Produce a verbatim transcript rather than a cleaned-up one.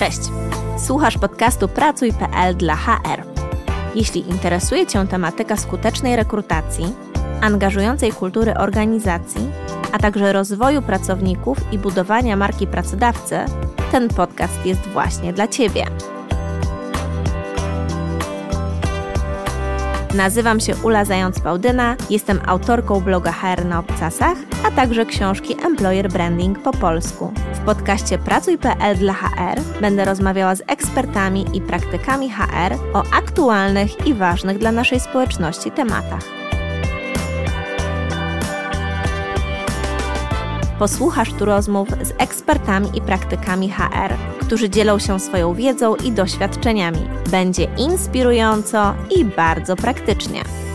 Cześć! Słuchasz podcastu pracuj kropka p l dla H R. Jeśli interesuje Cię tematyka skutecznej rekrutacji, angażującej kultury organizacji, a także rozwoju pracowników i budowania marki pracodawcy, ten podcast jest właśnie dla Ciebie. Nazywam się Ula Zając-Pałdyna, jestem autorką bloga H R na obcasach, a także książki Employer Branding po polsku. W podcaście pracuj kropka p l dla H R będę rozmawiała z ekspertami i praktykami H R o aktualnych i ważnych dla naszej społeczności tematach. Posłuchasz tu rozmów z ekspertami i praktykami H R, którzy dzielą się swoją wiedzą i doświadczeniami. Będzie inspirująco i bardzo praktycznie.